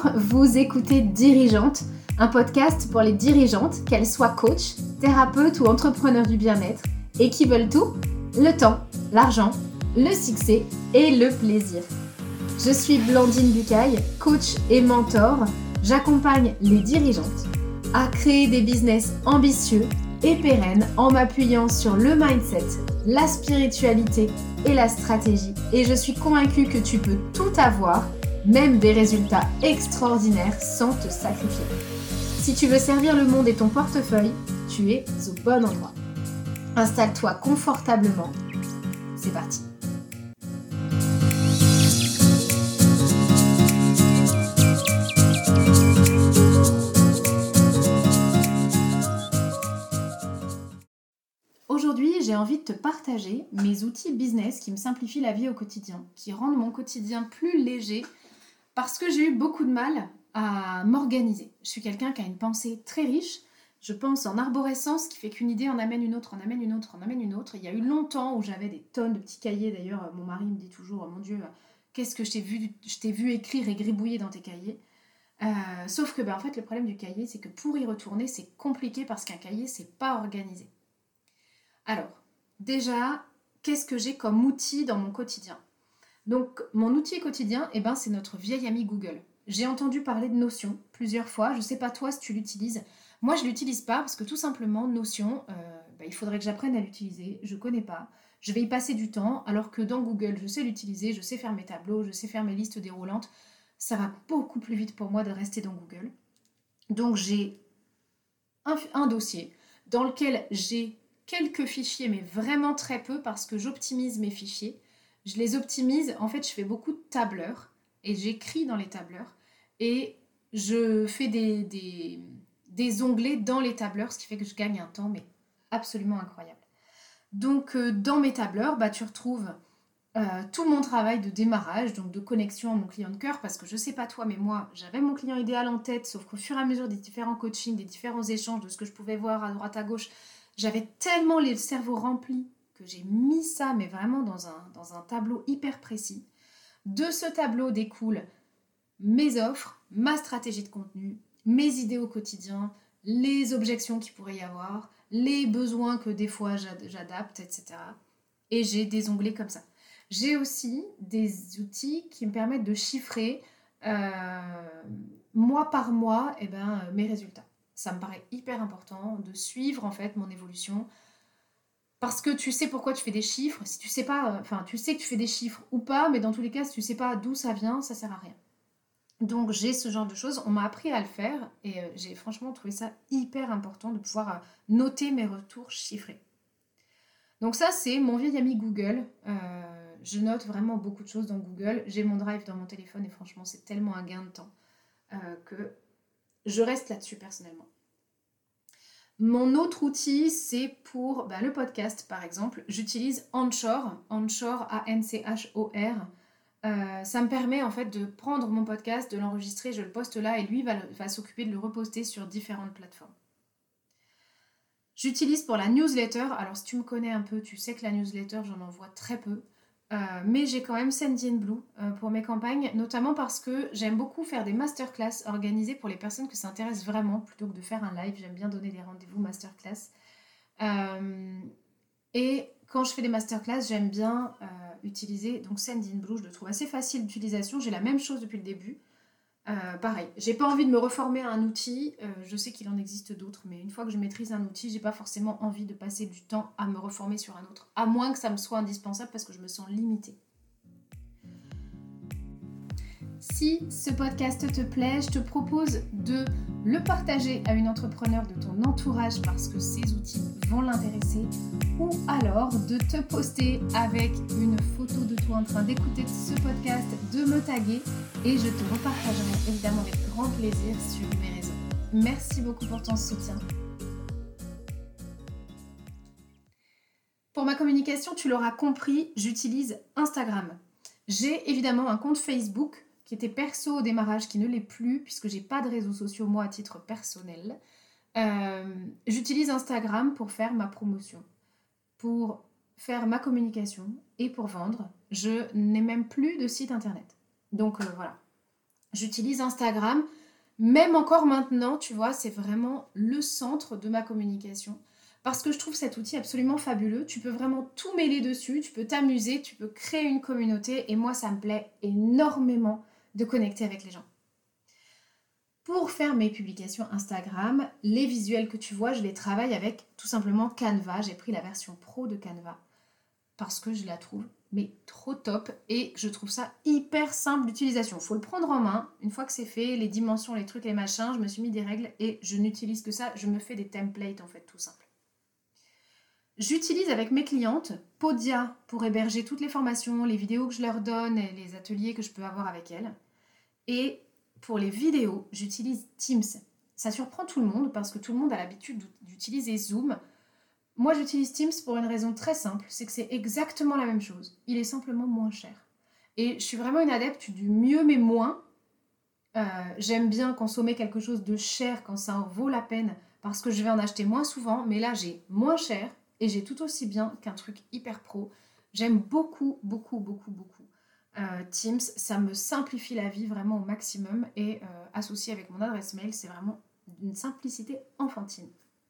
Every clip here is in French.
Bonjour, vous écoutez Dirigeante, un podcast pour les dirigeantes, qu'elles soient coach, thérapeutes ou entrepreneurs du bien-être, et qui veulent tout, le temps, l'argent, le succès et le plaisir. Je suis Blandine Bucaille, coach et mentor. J'accompagne les dirigeantes à créer des business ambitieux et pérennes en m'appuyant sur le mindset, la spiritualité et la stratégie. Et je suis convaincue que tu peux tout avoir, même des résultats extraordinaires sans te sacrifier. Si tu veux servir le monde et ton portefeuille, tu es au bon endroit. Installe-toi confortablement. C'est parti. Aujourd'hui, j'ai envie de te partager mes outils business qui me simplifient la vie au quotidien, qui rendent mon quotidien plus léger parce que j'ai eu beaucoup de mal à m'organiser. Je suis quelqu'un qui a une pensée très riche. Je pense en arborescence, qui fait qu'une idée en amène une autre, en amène une autre, en amène une autre. Il y a eu longtemps où j'avais des tonnes de petits cahiers. D'ailleurs, mon mari me dit toujours, mon Dieu, qu'est-ce que je t'ai vu écrire et gribouiller dans tes cahiers. Sauf que, en fait, le problème du cahier, c'est que pour y retourner, c'est compliqué parce qu'un cahier, c'est pas organisé. Alors, déjà, qu'est-ce que j'ai comme outil dans mon quotidien ? Donc, mon outil quotidien, c'est notre vieil ami Google. J'ai entendu parler de Notion plusieurs fois. Je ne sais pas toi si tu l'utilises. Moi, je ne l'utilise pas parce que tout simplement, Notion, il faudrait que j'apprenne à l'utiliser. Je ne connais pas. Je vais y passer du temps, alors que dans Google, je sais l'utiliser, je sais faire mes tableaux, je sais faire mes listes déroulantes. Ça va beaucoup plus vite pour moi de rester dans Google. Donc, j'ai un dossier dans lequel j'ai quelques fichiers, mais vraiment très peu parce que j'optimise mes fichiers. Je les optimise, en fait, je fais beaucoup de tableurs et j'écris dans les tableurs et je fais des onglets dans les tableurs, ce qui fait que je gagne un temps, mais absolument incroyable. Donc, dans mes tableurs, tu retrouves tout mon travail de démarrage, donc de connexion à mon client de cœur, parce que je ne sais pas toi, mais moi, j'avais mon client idéal en tête, sauf qu'au fur et à mesure des différents coachings, des différents échanges, de ce que je pouvais voir à droite, à gauche, j'avais tellement le cerveau rempli que j'ai mis ça, mais vraiment dans un tableau hyper précis. De ce tableau découlent mes offres, ma stratégie de contenu, mes idées au quotidien, les objections qu'il pourrait y avoir, les besoins que des fois j'adapte, etc. Et j'ai des onglets comme ça. J'ai aussi des outils qui me permettent de chiffrer mois par mois mes résultats. Ça me paraît hyper important de suivre en fait mon évolution. Parce que tu sais pourquoi tu fais des chiffres. Si tu sais pas, tu sais que tu fais des chiffres ou pas, mais dans tous les cas, si tu sais pas d'où ça vient, ça sert à rien. Donc j'ai ce genre de choses. On m'a appris à le faire et j'ai franchement trouvé ça hyper important de pouvoir noter mes retours chiffrés. Donc ça, c'est mon vieil ami Google. Je note vraiment beaucoup de choses dans Google. J'ai mon Drive dans mon téléphone et franchement, c'est tellement un gain de temps que je reste là-dessus personnellement. Mon autre outil, c'est pour le podcast, par exemple. J'utilise Anchor, A-N-C-H-O-R. Ça me permet en fait de prendre mon podcast, de l'enregistrer, je le poste là et lui va s'occuper de le reposter sur différentes plateformes. J'utilise pour la newsletter. Alors, si tu me connais un peu, tu sais que la newsletter, j'en envoie très peu. Mais j'ai quand même Sendinblue pour mes campagnes, notamment parce que j'aime beaucoup faire des masterclass organisées pour les personnes que ça intéresse vraiment, plutôt que de faire un live. J'aime bien donner des rendez-vous masterclass. Et quand je fais des masterclass, j'aime bien utiliser donc Sendinblue. Je le trouve assez facile d'utilisation. J'ai la même chose depuis le début. Pareil, j'ai pas envie de me reformer à un outil, je sais qu'il en existe d'autres, mais une fois que je maîtrise un outil, j'ai pas forcément envie de passer du temps à me reformer sur un autre, à moins que ça me soit indispensable parce que je me sens limitée. Si ce podcast te plaît, je te propose de le partager à une entrepreneur de ton entourage parce que ces outils vont l'intéresser, ou alors de te poster avec une photo de toi en train d'écouter ce podcast, de me taguer et je te repartagerai évidemment avec grand plaisir sur mes réseaux. Merci beaucoup pour ton soutien. Pour ma communication, tu l'auras compris, j'utilise Instagram. J'ai évidemment un compte Facebook qui était perso au démarrage, qui ne l'est plus, puisque j'ai pas de réseaux sociaux, moi, à titre personnel. J'utilise Instagram pour faire ma promotion, pour faire ma communication et pour vendre. Je n'ai même plus de site internet. Donc voilà. J'utilise Instagram. Même encore maintenant, tu vois, c'est vraiment le centre de ma communication. Parce que je trouve cet outil absolument fabuleux. Tu peux vraiment tout mêler dessus, tu peux t'amuser, tu peux créer une communauté. Et moi, ça me plaît énormément de connecter avec les gens. Pour faire mes publications Instagram, les visuels que tu vois, je les travaille avec tout simplement Canva. J'ai pris la version pro de Canva parce que je la trouve mais trop top et je trouve ça hyper simple d'utilisation. Faut le prendre en main. Une fois que c'est fait, les dimensions, les trucs, les machins, je me suis mis des règles et je n'utilise que ça. Je me fais des templates en fait, tout simple. J'utilise avec mes clientes Podia pour héberger toutes les formations, les vidéos que je leur donne et les ateliers que je peux avoir avec elles. Et pour les vidéos, j'utilise Teams. Ça surprend tout le monde parce que tout le monde a l'habitude d'utiliser Zoom. Moi, j'utilise Teams pour une raison très simple, c'est que c'est exactement la même chose. Il est simplement moins cher. Et je suis vraiment une adepte du mieux mais moins. J'aime bien consommer quelque chose de cher quand ça en vaut la peine parce que je vais en acheter moins souvent, mais là, j'ai moins cher et j'ai tout aussi bien qu'un truc hyper pro. J'aime beaucoup, beaucoup, beaucoup, beaucoup. Teams, ça me simplifie la vie vraiment au maximum et associé avec mon adresse mail, c'est vraiment d'une simplicité enfantine.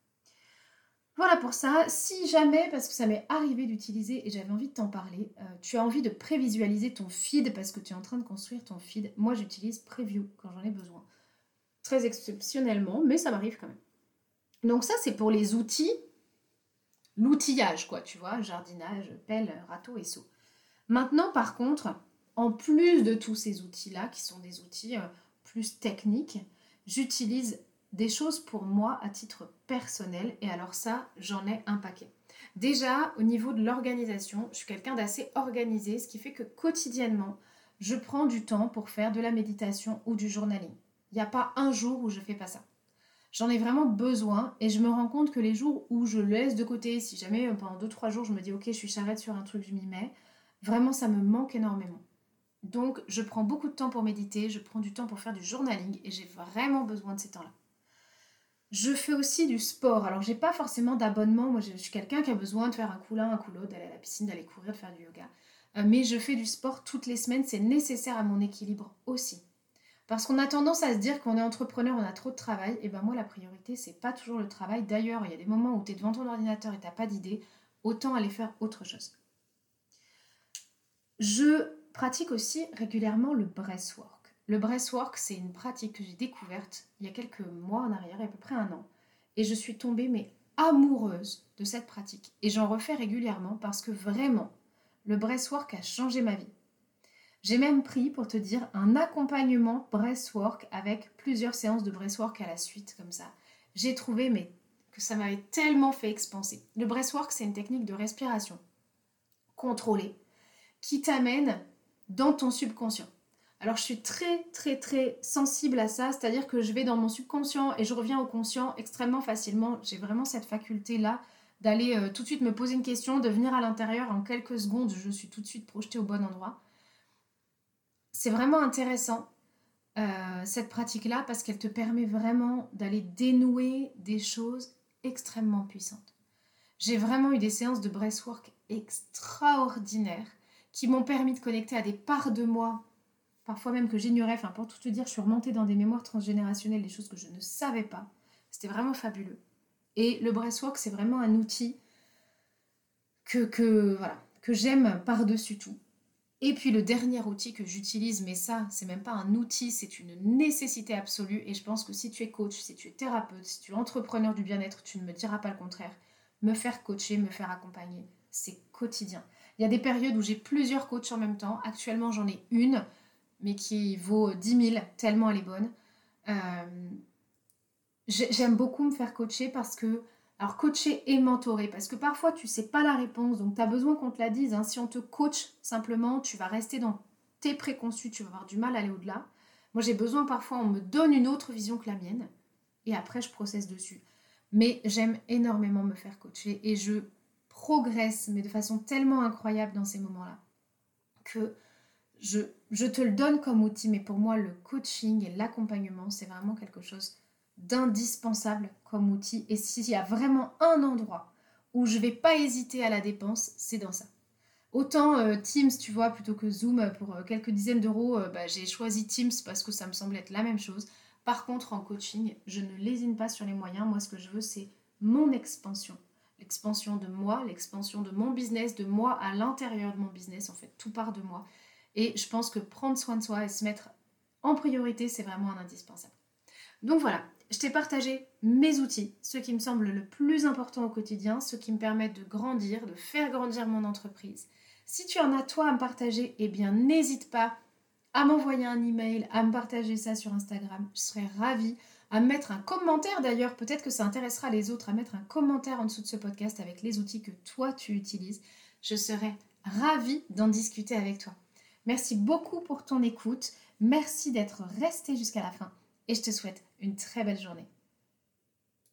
Voilà pour ça. Si jamais, parce que ça m'est arrivé d'utiliser et j'avais envie de t'en parler, tu as envie de prévisualiser ton feed parce que tu es en train de construire ton feed, moi j'utilise Preview quand j'en ai besoin. Très exceptionnellement, mais ça m'arrive quand même. Donc ça c'est pour les outils, l'outillage quoi, tu vois, jardinage, pelle, râteau et seau. Maintenant par contre, en plus de tous ces outils-là, qui sont des outils plus techniques, j'utilise des choses pour moi à titre personnel. Et alors ça, j'en ai un paquet. Déjà, au niveau de l'organisation, je suis quelqu'un d'assez organisé, ce qui fait que quotidiennement, je prends du temps pour faire de la méditation ou du journaling. Il n'y a pas un jour où je ne fais pas ça. J'en ai vraiment besoin et je me rends compte que les jours où je le laisse de côté, si jamais pendant 2-3 jours je me dis ok, je suis charrette sur un truc, je m'y mets, vraiment ça me manque énormément. Donc je prends beaucoup de temps pour méditer, je prends du temps pour faire du journaling et j'ai vraiment besoin de ces temps-là. Je fais aussi du sport. Alors, j'ai pas forcément d'abonnement. Moi, je suis quelqu'un qui a besoin de faire un coup l'un, un coup l'autre, d'aller à la piscine, d'aller courir, de faire du yoga. Mais je fais du sport toutes les semaines. C'est nécessaire à mon équilibre aussi. Parce qu'on a tendance à se dire qu'on est entrepreneur, on a trop de travail. Et ben moi, la priorité, c'est pas toujours le travail. D'ailleurs, il y a des moments où tu es devant ton ordinateur et t'as pas d'idée. Autant aller faire autre chose. Je pratique aussi régulièrement le breathwork. Le breathwork, c'est une pratique que j'ai découverte il y a quelques mois en arrière, à peu près un an. Et je suis tombée mais amoureuse de cette pratique. Et j'en refais régulièrement parce que vraiment, le breathwork a changé ma vie. J'ai même pris, pour te dire, un accompagnement breathwork avec plusieurs séances de breathwork à la suite, comme ça. J'ai trouvé mais, que ça m'avait tellement fait expanser. Le breathwork, c'est une technique de respiration contrôlée qui t'amène dans ton subconscient. Alors je suis très très très sensible à ça, c'est-à-dire que je vais dans mon subconscient et je reviens au conscient extrêmement facilement. J'ai vraiment cette faculté-là d'aller tout de suite me poser une question, de venir à l'intérieur en quelques secondes, je suis tout de suite projetée au bon endroit. C'est vraiment intéressant cette pratique-là parce qu'elle te permet vraiment d'aller dénouer des choses extrêmement puissantes. J'ai vraiment eu des séances de breathwork extraordinaires qui m'ont permis de connecter à des parts de moi, parfois même que j'ignorais. Enfin, pour tout te dire, je suis remontée dans des mémoires transgénérationnelles, des choses que je ne savais pas. C'était vraiment fabuleux. Et le breathwork, c'est vraiment un outil que j'aime par-dessus tout. Et puis le dernier outil que j'utilise, mais ça, c'est même pas un outil, c'est une nécessité absolue. Et je pense que si tu es coach, si tu es thérapeute, si tu es entrepreneur du bien-être, tu ne me diras pas le contraire. Me faire coacher, me faire accompagner, c'est quotidien. Il y a des périodes où j'ai plusieurs coachs en même temps. Actuellement, j'en ai une, mais qui vaut 10 000, tellement elle est bonne. J'aime beaucoup me faire coacher parce que... Alors, coacher et mentorer, parce que parfois, tu ne sais pas la réponse, donc tu as besoin qu'on te la dise. Si on te coach simplement, tu vas rester dans tes préconçus, tu vas avoir du mal à aller au-delà. Moi, j'ai besoin parfois, on me donne une autre vision que la mienne, et après, je processe dessus. Mais j'aime énormément me faire coacher, et je progresse, mais de façon tellement incroyable dans ces moments-là, que je te le donne comme outil, mais pour moi, le coaching et l'accompagnement, c'est vraiment quelque chose d'indispensable comme outil. Et s'il y a vraiment un endroit où je ne vais pas hésiter à la dépense, c'est dans ça. Autant Teams, tu vois, plutôt que Zoom, pour quelques dizaines d'euros, j'ai choisi Teams parce que ça me semble être la même chose. Par contre, en coaching, je ne lésine pas sur les moyens. Moi, ce que je veux, c'est mon expansion. L'expansion de moi, l'expansion de mon business, de moi à l'intérieur de mon business. En fait, tout part de moi. Et je pense que prendre soin de soi et se mettre en priorité, c'est vraiment un indispensable. Donc voilà, je t'ai partagé mes outils, ceux qui me semblent le plus important au quotidien, ceux qui me permettent de grandir, de faire grandir mon entreprise. Si tu en as toi à me partager, eh bien n'hésite pas à m'envoyer un email, à me partager ça sur Instagram. Je serais ravie. À me mettre un commentaire d'ailleurs, peut-être que ça intéressera les autres, à mettre un commentaire en dessous de ce podcast avec les outils que toi tu utilises. Je serais ravie d'en discuter avec toi. Merci beaucoup pour ton écoute. Merci d'être resté jusqu'à la fin et je te souhaite une très belle journée.